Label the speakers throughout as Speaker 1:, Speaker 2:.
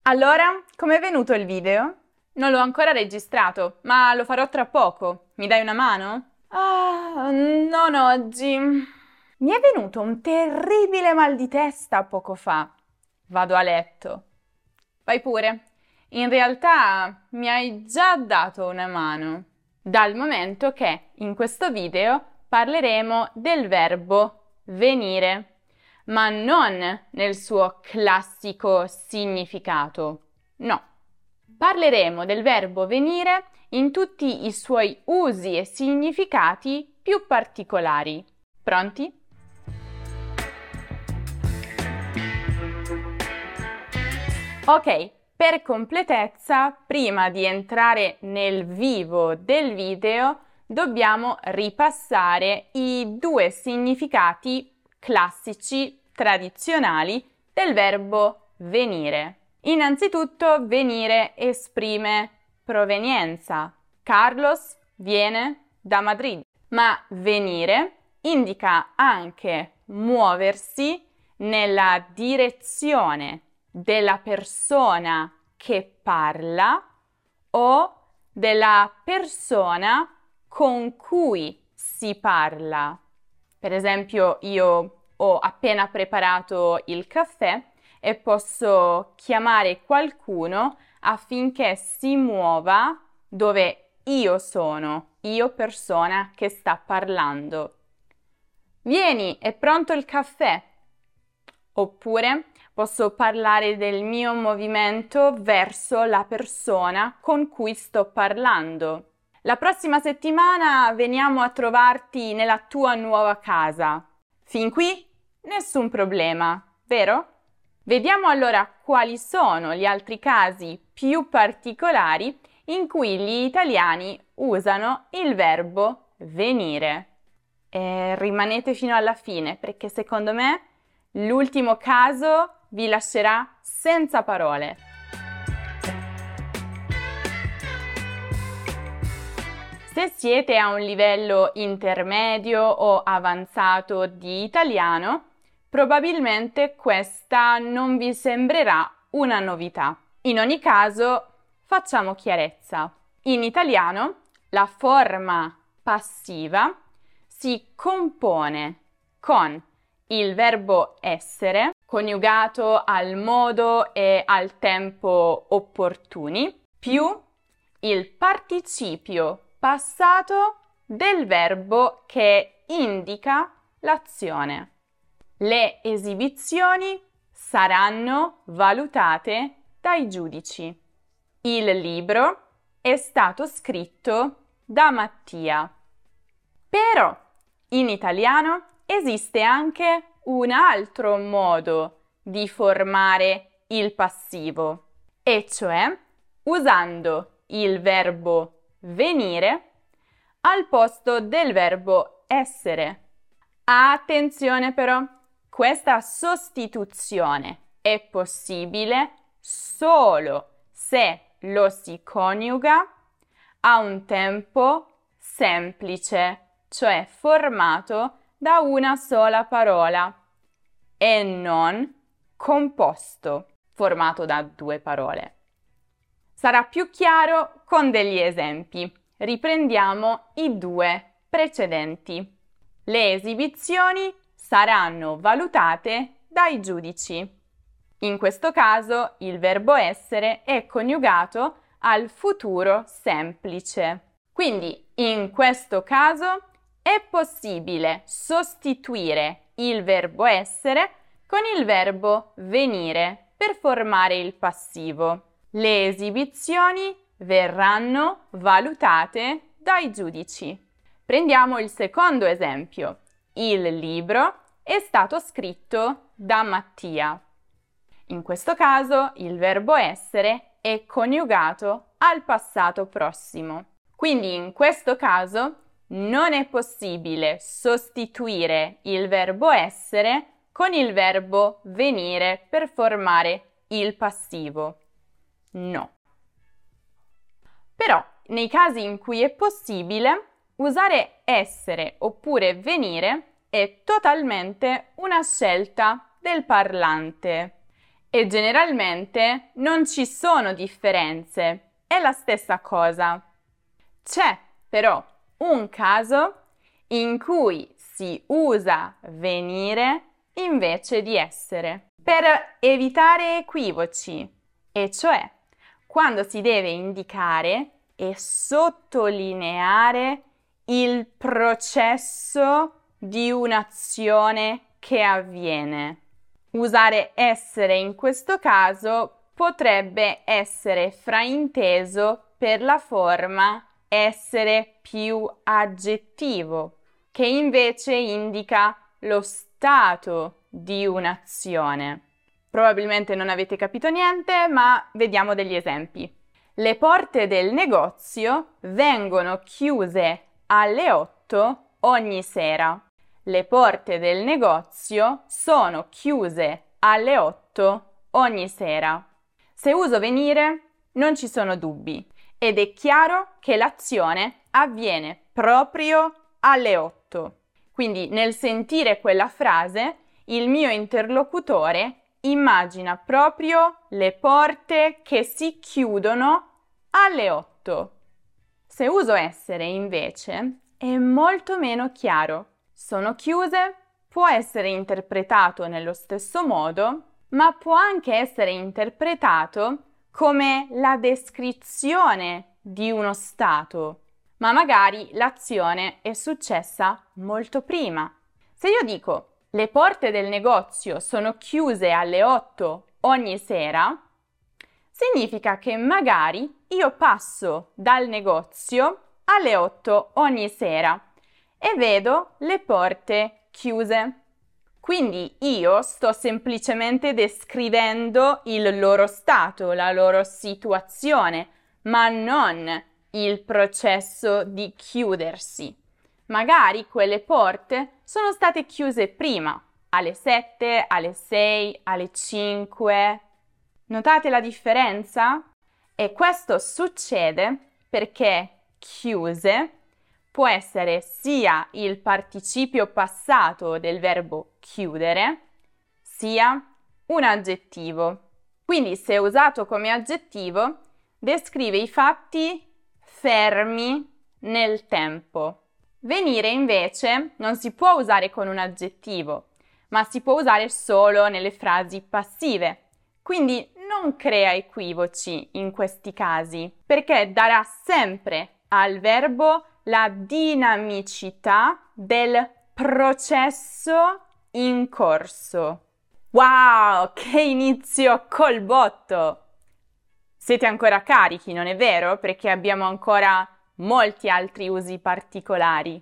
Speaker 1: Allora, com'è venuto il video? Non l'ho ancora registrato, ma lo farò tra poco. Mi dai una mano? Non oggi. Mi è venuto un terribile mal di testa poco fa. Vado a letto. Vai pure. In realtà mi hai già dato una mano, dal momento che in questo video parleremo del verbo venire, ma non nel suo classico significato. No, parleremo del verbo venire in tutti i suoi usi e significati più particolari. Pronti? Ok, per completezza, prima di entrare nel vivo del video, dobbiamo ripassare i due significati classici, tradizionali del verbo venire. Innanzitutto, venire esprime provenienza. Carlos viene da Madrid, ma venire indica anche muoversi nella direzione della persona che parla o della persona con cui si parla. Per esempio, io ho appena preparato il caffè e posso chiamare qualcuno affinché si muova dove io sono, io persona che sta parlando. Vieni, è pronto il caffè. Oppure posso parlare del mio movimento verso la persona con cui sto parlando. La prossima settimana veniamo a trovarti nella tua nuova casa. Fin qui nessun problema, vero? Vediamo allora quali sono gli altri casi più particolari in cui gli italiani usano il verbo venire. E rimanete fino alla fine perché secondo me l'ultimo caso vi lascerà senza parole. Se siete a un livello intermedio o avanzato di italiano, probabilmente questa non vi sembrerà una novità. In ogni caso, facciamo chiarezza. In italiano, la forma passiva si compone con il verbo essere, coniugato al modo e al tempo opportuni, più il participio passato del verbo che indica l'azione. Le esibizioni saranno valutate dai giudici. Il libro è stato scritto da Mattia. Però in italiano esiste anche un altro modo di formare il passivo, e cioè usando il verbo venire al posto del verbo essere. Attenzione però, questa sostituzione è possibile solo se lo si coniuga a un tempo semplice, cioè formato da una sola parola, e non composto, formato da due parole. Sarà più chiaro con degli esempi. Riprendiamo i due precedenti. Le esibizioni saranno valutate dai giudici. In questo caso il verbo essere è coniugato al futuro semplice. Quindi in questo caso è possibile sostituire il verbo essere con il verbo venire per formare il passivo. Le esibizioni verranno valutate dai giudici. Prendiamo il secondo esempio. Il libro è stato scritto da Mattia. In questo caso il verbo essere è coniugato al passato prossimo. Quindi in questo caso non è possibile sostituire il verbo essere con il verbo venire per formare il passivo. No. Però, nei casi in cui è possibile, usare essere oppure venire è totalmente una scelta del parlante E generalmente non ci sono differenze, è la stessa cosa. C'è però un caso in cui si usa venire invece di essere, per evitare equivoci, e cioè quando si deve indicare e sottolineare il processo di un'azione che avviene. Usare essere in questo caso potrebbe essere frainteso per la forma essere più aggettivo, che invece indica lo stato di un'azione. Probabilmente non avete capito niente, ma vediamo degli esempi. Le porte del negozio vengono chiuse alle 8 ogni sera. Le porte del negozio sono chiuse alle 8 ogni sera. Se uso venire, non ci sono dubbi ed è chiaro che l'azione avviene proprio alle 8. Quindi nel sentire quella frase, il mio interlocutore immagina proprio le porte che si chiudono alle 8. Se uso essere, invece, è molto meno chiaro. Sono chiuse può essere interpretato nello stesso modo, ma può anche essere interpretato come la descrizione di uno stato, ma magari l'azione è successa molto prima. Se io dico le porte del negozio sono chiuse alle 8 ogni sera, significa che magari io passo dal negozio alle 8 ogni sera e vedo le porte chiuse. Quindi io sto semplicemente descrivendo il loro stato, la loro situazione, ma non il processo di chiudersi. Magari quelle porte sono state chiuse prima, alle 7, alle 6, alle 5. Notate la differenza? E questo succede perché chiuse può essere sia il participio passato del verbo chiudere, sia un aggettivo. Quindi, se usato come aggettivo, descrive i fatti fermi nel tempo. Venire, invece, non si può usare con un aggettivo, ma si può usare solo nelle frasi passive. Quindi non crea equivoci in questi casi, perché darà sempre al verbo la dinamicità del processo in corso. Wow, che inizio col botto! Siete ancora carichi, non è vero? Perché abbiamo ancora molti altri usi particolari.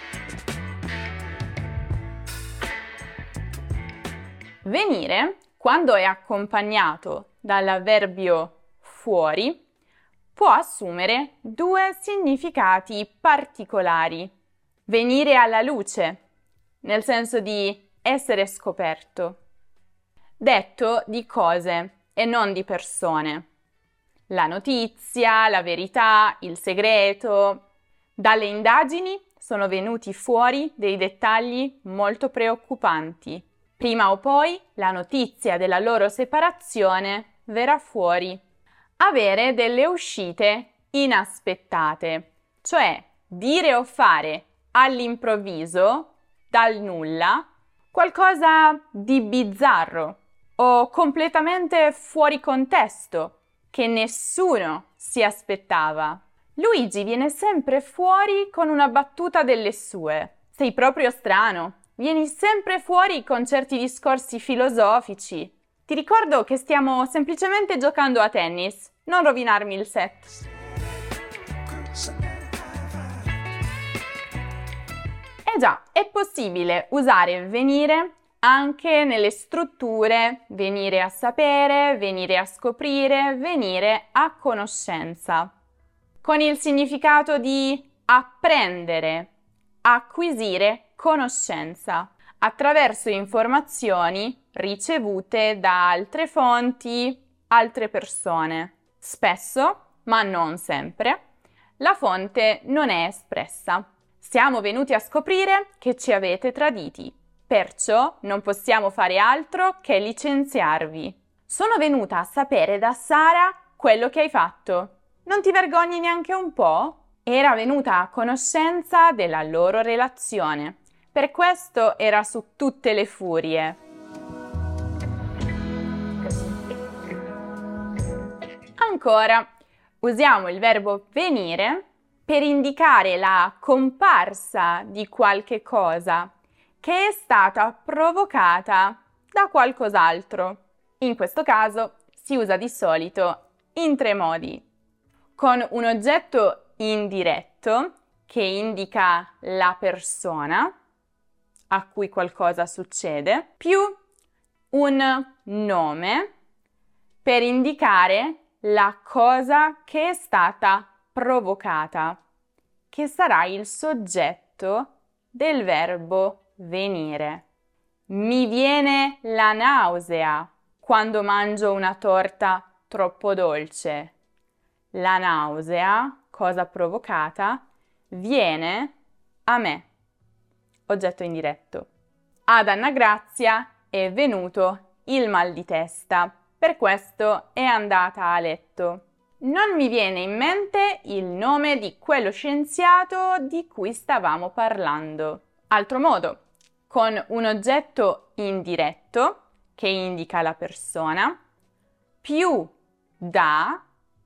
Speaker 1: Venire, quando è accompagnato dall'avverbio fuori, può assumere due significati particolari. Venire alla luce, nel senso di essere scoperto, detto di cose e non di persone. La notizia, la verità, il segreto. Dalle indagini sono venuti fuori dei dettagli molto preoccupanti. Prima o poi la notizia della loro separazione verrà fuori. Avere delle uscite inaspettate, cioè dire o fare all'improvviso, dal nulla, qualcosa di bizzarro o completamente fuori contesto che nessuno si aspettava. Luigi viene sempre fuori con una battuta delle sue. Sei proprio strano. Vieni sempre fuori con certi discorsi filosofici. Ti ricordo che stiamo semplicemente giocando a tennis. Non rovinarmi il set. Eh già, è possibile usare venire anche nelle strutture venire a sapere, venire a scoprire, venire a conoscenza, con il significato di apprendere, acquisire conoscenza attraverso informazioni ricevute da altre fonti, altre persone. Spesso, ma non sempre, la fonte non è espressa. Siamo venuti a scoprire che ci avete traditi. Perciò non possiamo fare altro che licenziarvi. Sono venuta a sapere da Sara quello che hai fatto. Non ti vergogni neanche un po'? Era venuta a conoscenza della loro relazione. Per questo era su tutte le furie. Ancora, usiamo il verbo venire per indicare la comparsa di qualche cosa che è stata provocata da qualcos'altro. In questo caso si usa di solito in 3 modi. Con un oggetto indiretto che indica la persona a cui qualcosa succede, più un nome per indicare la cosa che è stata provocata, che sarà il soggetto del verbo venire. Mi viene la nausea quando mangio una torta troppo dolce. La nausea, cosa provocata, viene a me. Oggetto indiretto. Ad Anna Grazia è venuto il mal di testa. Per questo è andata a letto. Non mi viene in mente il nome di quello scienziato di cui stavamo parlando. Altro modo, con un oggetto indiretto che indica la persona, più da,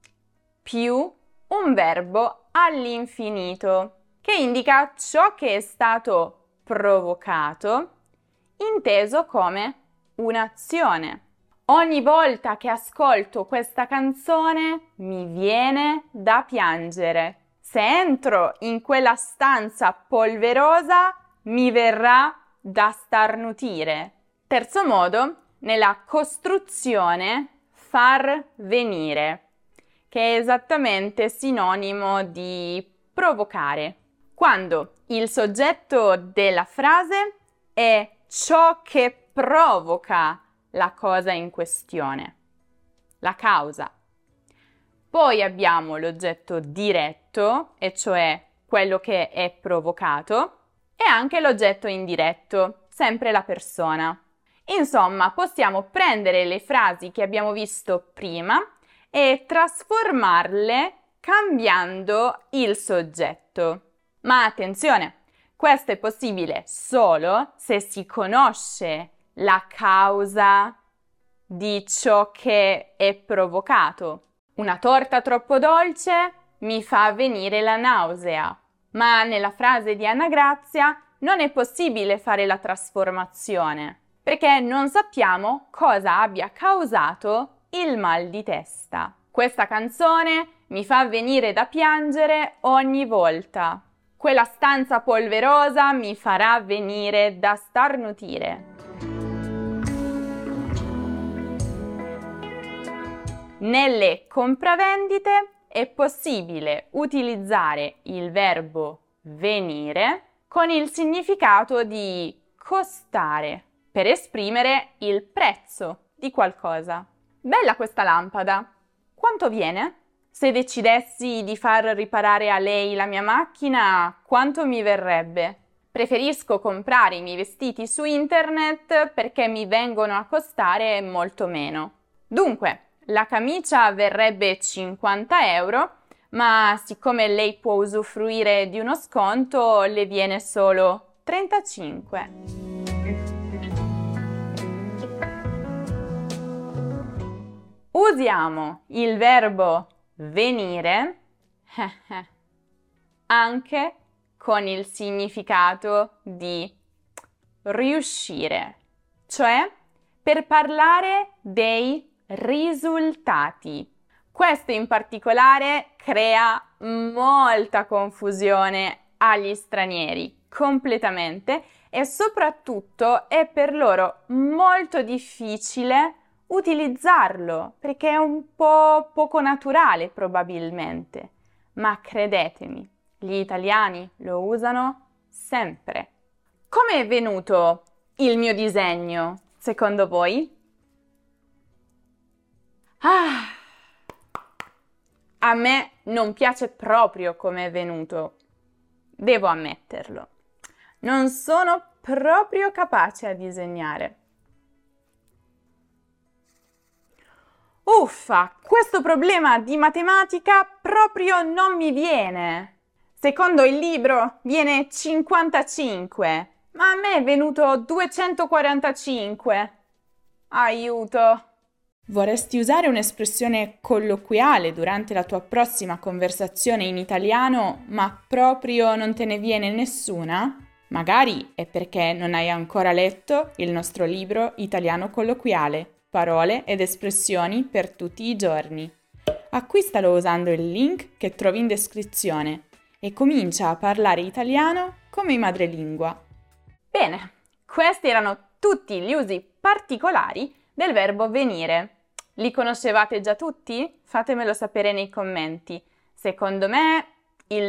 Speaker 1: più un verbo all'infinito che indica ciò che è stato provocato, inteso come un'azione. Ogni volta che ascolto questa canzone mi viene da piangere. Se entro in quella stanza polverosa mi verrà da starnutire. Terzo modo, nella costruzione far venire, che è esattamente sinonimo di provocare. Quando il soggetto della frase è ciò che provoca la cosa in questione, la causa. Poi abbiamo l'oggetto diretto, e cioè quello che è provocato, e anche l'oggetto indiretto, sempre la persona. Insomma, possiamo prendere le frasi che abbiamo visto prima e trasformarle cambiando il soggetto. Ma attenzione, questo è possibile solo se si conosce la causa di ciò che è provocato. Una torta troppo dolce mi fa venire la nausea, ma nella frase di Anna Grazia non è possibile fare la trasformazione, perché non sappiamo cosa abbia causato il mal di testa. Questa canzone mi fa venire da piangere ogni volta. Quella stanza polverosa mi farà venire da starnutire. Nelle compravendite è possibile utilizzare il verbo venire con il significato di costare per esprimere il prezzo di qualcosa. Bella questa lampada! Quanto viene? Se decidessi di far riparare a lei la mia macchina, quanto mi verrebbe? Preferisco comprare i miei vestiti su internet perché mi vengono a costare molto meno. Dunque, la camicia verrebbe 50 euro, ma siccome lei può usufruire di uno sconto, le viene solo 35. Usiamo il verbo venire anche con il significato di riuscire, cioè per parlare dei risultati. Questo in particolare crea molta confusione agli stranieri, completamente, e soprattutto è per loro molto difficile utilizzarlo perché è un po' poco naturale probabilmente, ma credetemi, gli italiani lo usano sempre. Come è venuto il mio disegno, secondo voi? A me non piace proprio come è venuto, devo ammetterlo. Non sono proprio capace a disegnare. Uffa, questo problema di matematica proprio non mi viene. Secondo il libro viene 55, ma a me è venuto 245. Aiuto! Vorresti usare un'espressione colloquiale durante la tua prossima conversazione in italiano, ma proprio non te ne viene nessuna? Magari è perché non hai ancora letto il nostro libro Italiano colloquiale, parole ed espressioni per tutti i giorni. Acquistalo usando il link che trovi in descrizione e comincia a parlare italiano come in madrelingua. Bene, questi erano tutti gli usi particolari del verbo venire. Li conoscevate già tutti? Fatemelo sapere nei commenti. Secondo me il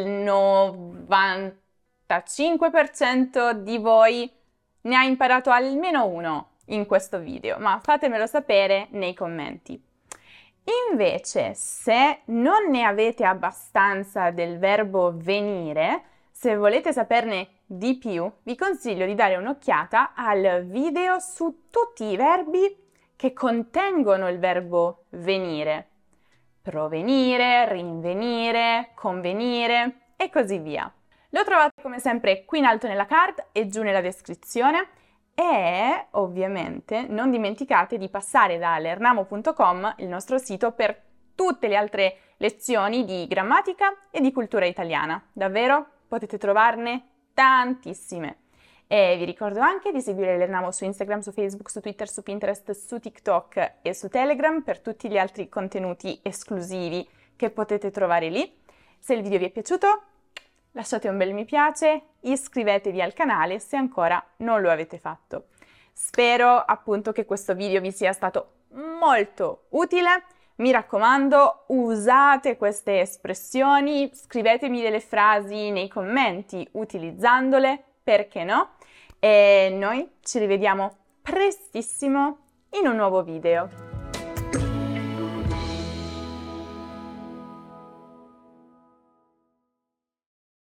Speaker 1: 95% di voi ne ha imparato almeno uno in questo video, ma fatemelo sapere nei commenti. Invece, se non ne avete abbastanza del verbo venire, se volete saperne di più, vi consiglio di dare un'occhiata al video su tutti i verbi che contengono il verbo venire. Provenire, rinvenire, convenire e così via. Lo trovate come sempre qui in alto nella card e giù nella descrizione. E ovviamente non dimenticate di passare da lernamo.com, il nostro sito, per tutte le altre lezioni di grammatica e di cultura italiana. Davvero potete trovarne tantissime. E vi ricordo anche di seguire Lernamo su Instagram, su Facebook, su Twitter, su Pinterest, su TikTok e su Telegram per tutti gli altri contenuti esclusivi che potete trovare lì. Se il video vi è piaciuto, lasciate un bel mi piace, iscrivetevi al canale se ancora non lo avete fatto. Spero appunto che questo video vi sia stato molto utile. Mi raccomando, usate queste espressioni, scrivetemi delle frasi nei commenti utilizzandole, perché no? E noi ci rivediamo prestissimo in un nuovo video.